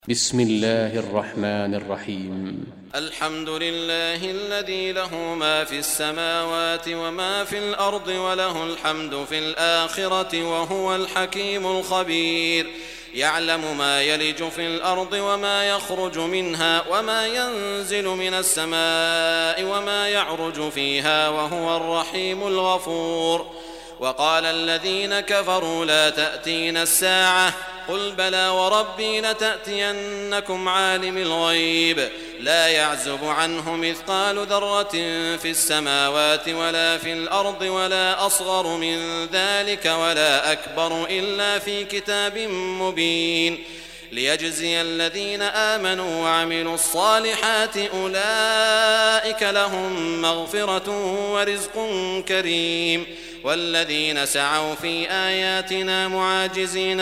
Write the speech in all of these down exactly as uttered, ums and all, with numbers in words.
بسم الله الرحمن الرحيم. الحمد لله الذي له ما في السماوات وما في الأرض وله الحمد في الآخرة وهو الحكيم الخبير. يعلم ما يلج في الأرض وما يخرج منها وما ينزل من السماء وما يعرج فيها وهو الرحيم الغفور. وقال الذين كفروا لا تأتينا الساعة قل بلى وربي لتأتينكم عالم الغيب لا يعزب عنه مثقال ذرة في السماوات ولا في الأرض ولا أصغر من ذلك ولا أكبر إلا في كتاب مبين ليجزي الذين آمنوا وعملوا الصالحات أولئك لهم مغفرة ورزق كريم والذين سعوا في آياتنا معاجزين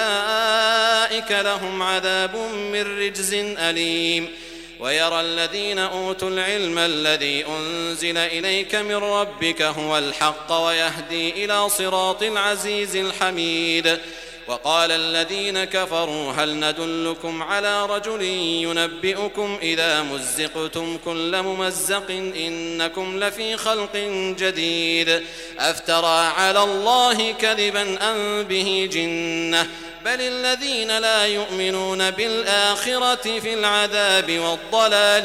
أولئك لهم عذاب من رجز أليم. ويرى الذين أوتوا العلم الذي أنزل إليك من ربك هو الحق ويهدي إلى صراط العزيز الحميد. وقال الذين كفروا هل ندلكم على رجل ينبئكم إذا مزقتم كل ممزق إنكم لفي خلق جديد أفترى على الله كذبا أم به جنة بل الذين لا يؤمنون بالآخرة في العذاب والضلال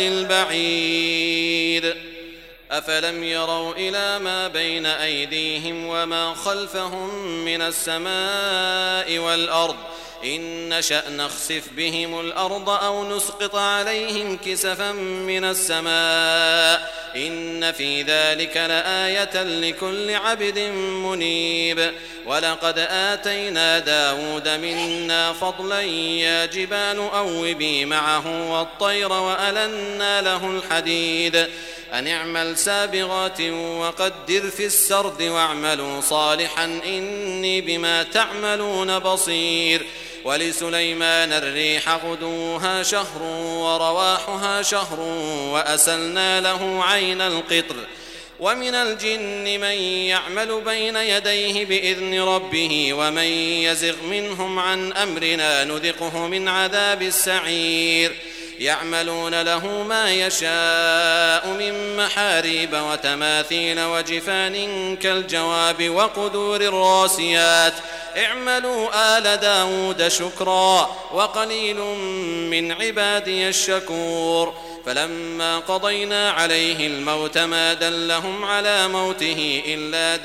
البعيد. أفلم يروا إلى ما بين أيديهم وما خلفهم من السماء والأرض إن نشأ نخسف بهم الأرض أو نسقط عليهم كسفا من السماء إن في ذلك لآية لكل عبد منيب. ولقد آتينا داود منا فضلا يا جبال أوبي معه والطير وألنا له الحديد أن اعمل سابغات وقدر في السرد واعملوا صالحا إني بما تعملون بصير. ولسليمان الريح غدوها شهر ورواحها شهر وأسلنا له عين القطر. ومن الجن من يعمل بين يديه بإذن ربه ومن يزغ منهم عن أمرنا نذقه من عذاب السعير. يعملون له ما يشاء من محاريب وتماثيل وجفان كالجواب وقدور الراسيات اعملوا آل داود شكرا وقليل من عبادي الشكور. فلما قضينا عليه الموت ما دلهم على موته إلا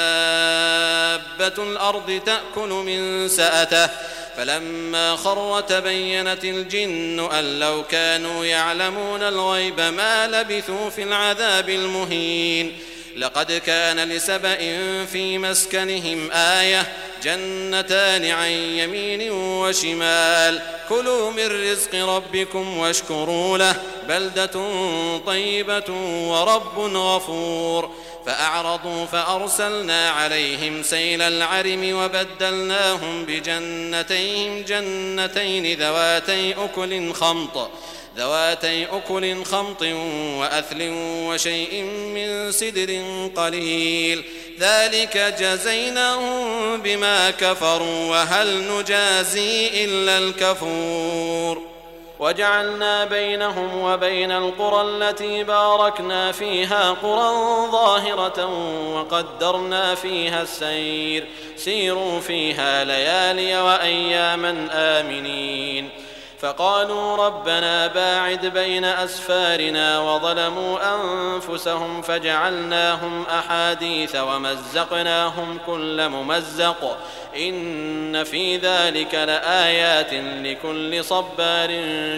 دابة الأرض تأكل من سأته فلما خر تبينت الجن أن لو كانوا يعلمون الغيب ما لبثوا في العذاب المهين. لقد كان لسبأ في مسكنهم آية جنتان عن يمين وشمال كلوا من رزق ربكم واشكروا له بلدة طيبة ورب غفور. فأعرضوا فأرسلنا عليهم سيل العرم وبدلناهم بجنتين جنتين ذواتي أكل خمط ذواتي أكل خمط وأثل وشيء من سدر قليل ذلك جزيناهم بما كفروا وهل نجازي إلا الكفور. وجعلنا بينهم وبين القرى التي باركنا فيها قرى ظاهرة وقدرنا فيها السير سيروا فيها ليالي وأياما آمنين. فقالوا ربنا باعد بين أسفارنا وظلموا أنفسهم فجعلناهم أحاديث ومزقناهم كل ممزق إن في ذلك لآيات لكل صبار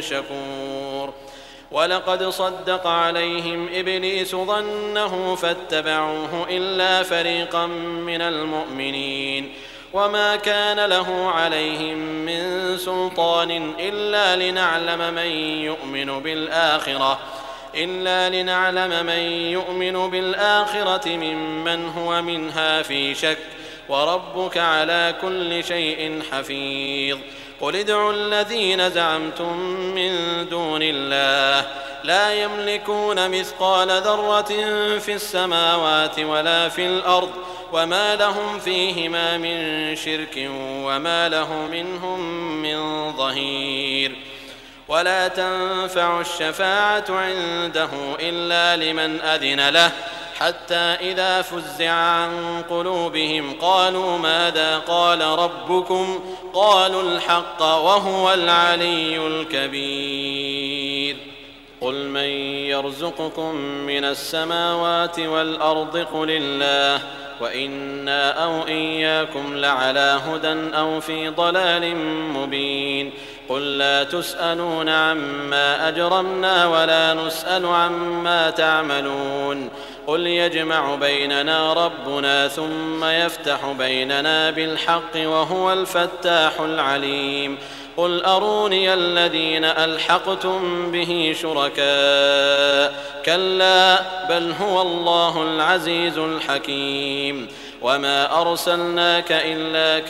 شكور. ولقد صدق عليهم إبليس ظنه فاتبعوه إلا فريقا من المؤمنين وما كان له عليهم من سلطان إلا لنعلم من يؤمن بالآخرة إلا لنعلم من يؤمن بالآخرة ممن هو منها في شك وربك على كل شيء حفيظ. قل ادعوا الذين زعمتم من دون الله لا يملكون مثقال ذرة في السماوات ولا في الأرض وما لهم فيهما من شرك وما له منهم من ظهير. ولا تنفع الشفاعة عنده إلا لمن أذن له حتى إذا فزع عن قلوبهم قالوا ماذا قال ربكم قالوا الحق وهو العلي الكبير قل من يرزقكم من السماوات والأرض قل الله وإنا أو إياكم لعلى هدى أو في ضلال مبين قل لا تسألون عما أجرمنا ولا نسأل عما تعملون قل يجمع بيننا ربنا ثم يفتح بيننا بالحق وهو الفتاح العليم قل أروني الذين ألحقتم به شركاء كلا بل هو الله العزيز الحكيم وما أرسلناك إلا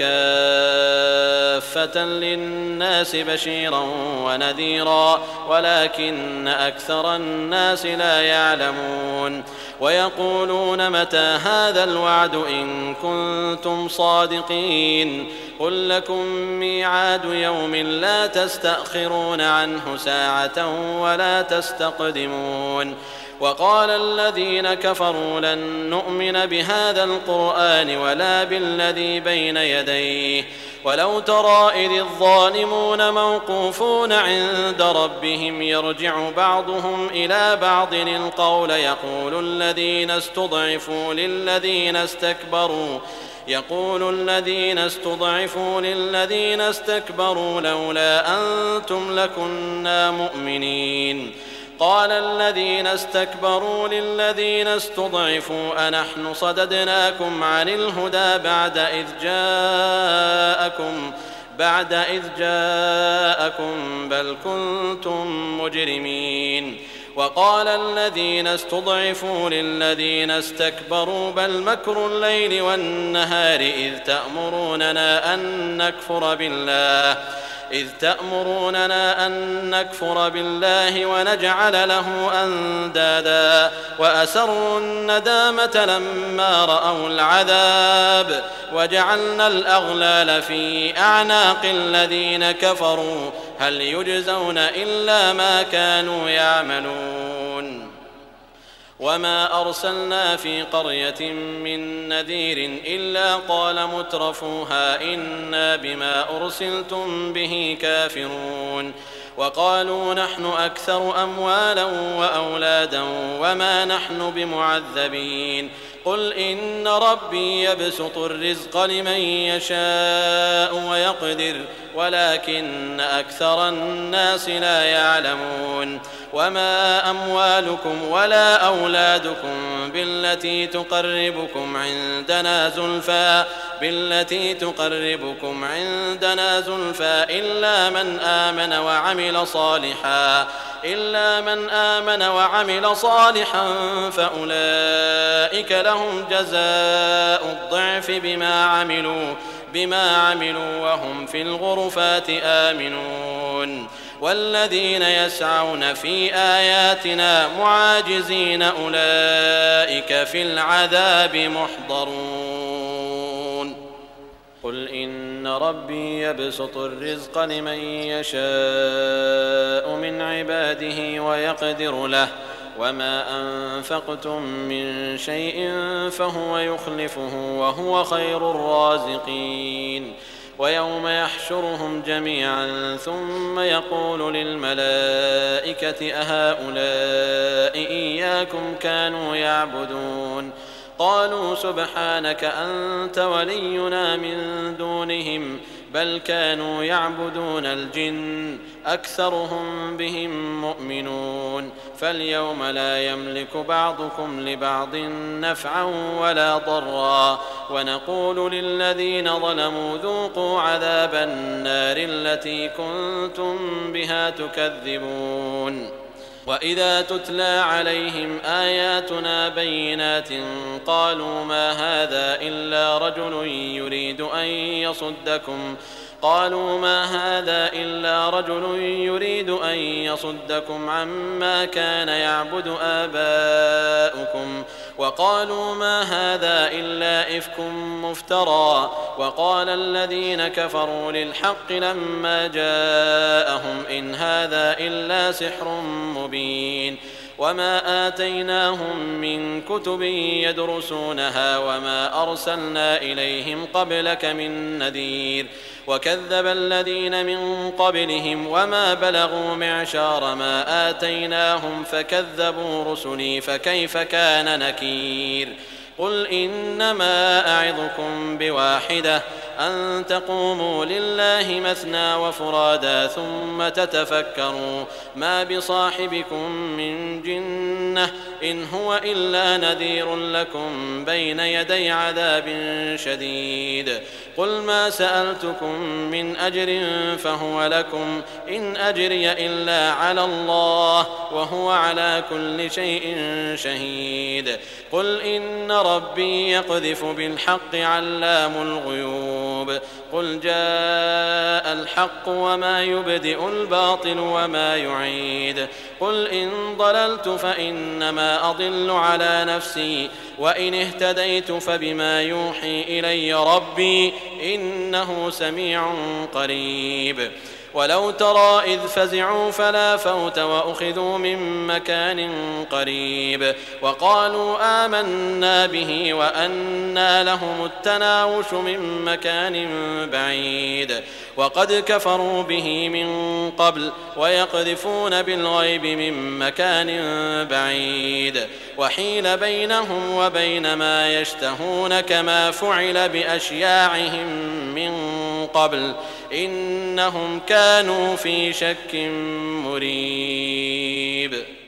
كافة للناس بشيرا ونذيرا ولكن أكثر الناس لا يعلمون ويقولون متى هذا الوعد إن كنتم صادقين قل لكم ميعاد يوم لا تستأخرون عنه ساعة ولا تستقدمون وقال الذين كفروا لن نؤمن بهذا القرآن ولا بالذي بين يديه ولو ترى إذ الظالمون موقوفون عند ربهم يرجع بعضهم إلى بعض القول يقول الذين استضعفوا للذين استكبروا يقول الذين استضعفوا للذين استكبروا لولا أنتم لكنا مؤمنين قال الذين استكبروا للذين استضعفوا أنحن صددناكم عن الهدى بعد إذ جاءكم بعد إذ جاءكم بل كنتم مجرمين وقال الذين استضعفوا للذين استكبروا بل مكر الليل والنهار إذ تأمروننا أن نكفر بالله إذ تأمروننا أن نكفر بالله ونجعل له أندادا وأسروا الندامة لما رأوا العذاب وجعلنا الأغلال في أعناق الذين كفروا هل يجزون إلا ما كانوا يعملون وما أرسلنا في قرية من نذير إلا قال مترفوها إنا بما أرسلتم به كافرون وقالوا نحن أكثر أموالا وأولادا وما نحن بمعذبين قل إن ربي يبسط الرزق لمن يشاء ويقدر ولكن أكثر الناس لا يعلمون وما أموالكم ولا أولادكم بالتي تقربكم عندنا زلفى بالتي تقربكم عندنا زلفى إلا من آمن وعمل صالحا إلا من آمن وعمل صالحا فأولئك لهم جزاء الضعف بما عملوا بما عملوا وهم في الغرفات آمنون والذين يسعون في آياتنا معاجزين أولئك في العذاب محضرون قل إن ربي يبسط الرزق لمن يشاء من عباده ويقدر له وما أنفقتم من شيء فهو يخلفه وهو خير الرازقين ويوم يحشرهم جميعا ثم يقول للملائكة أهؤلاء إياكم كانوا يعبدون قالوا سبحانك أنت ولينا من دونهم بل كانوا يعبدون الجن أكثرهم بهم مؤمنون فاليوم لا يملك بعضكم لبعض نفعا ولا ضرا ونقول للذين ظلموا ذوقوا عذاب النار التي كنتم بها تكذبون وإذا تتلى عليهم آياتنا بينات قالوا ما هذا إلا رجل يريد أن يصدكم قالوا ما هذا إلا رجل يريد أن يصدكم عما كان يعبد آباؤكم وقالوا ما هذا إلا إفك مفترى وقال الذين كفروا للحق لما جاءهم إن هذا إلا سحر مبين وما آتيناهم من كتب يدرسونها وما أرسلنا إليهم قبلك من نذير وكذب الذين من قبلهم وما بلغوا معشار ما آتيناهم فكذبوا رسلي فكيف كان نكير قل إنما أعظكم بواحدة أن تقوموا لله مثنى وفرادا ثم تتفكروا ما بصاحبكم من جنة إن هو إلا نذير لكم بين يدي عذاب شديد قل ما سألتكم من أجر فهو لكم إن أجري إلا على الله وهو على كل شيء شهيد قل إن ربي يقذف بالحق علام الغيوب قل جاء الحق وما يبدئ الباطل وما يعيد قل إن ضللت فإنما أضل على نفسي وإن اهتديت فبما يوحي إلي ربي إنه سميع قريب ولو ترى إذ فزعوا فلا فوت وأخذوا من مكان قريب وقالوا آمنا به وأنى لهم التناوش من مكان بعيد وقد كفروا به من قبل ويقذفون بالغيب من مكان بعيد وحيل بينهم وبين ما يشتهون كما فعل بأشياعهم من قبل إنهم كانوا في شك مريب.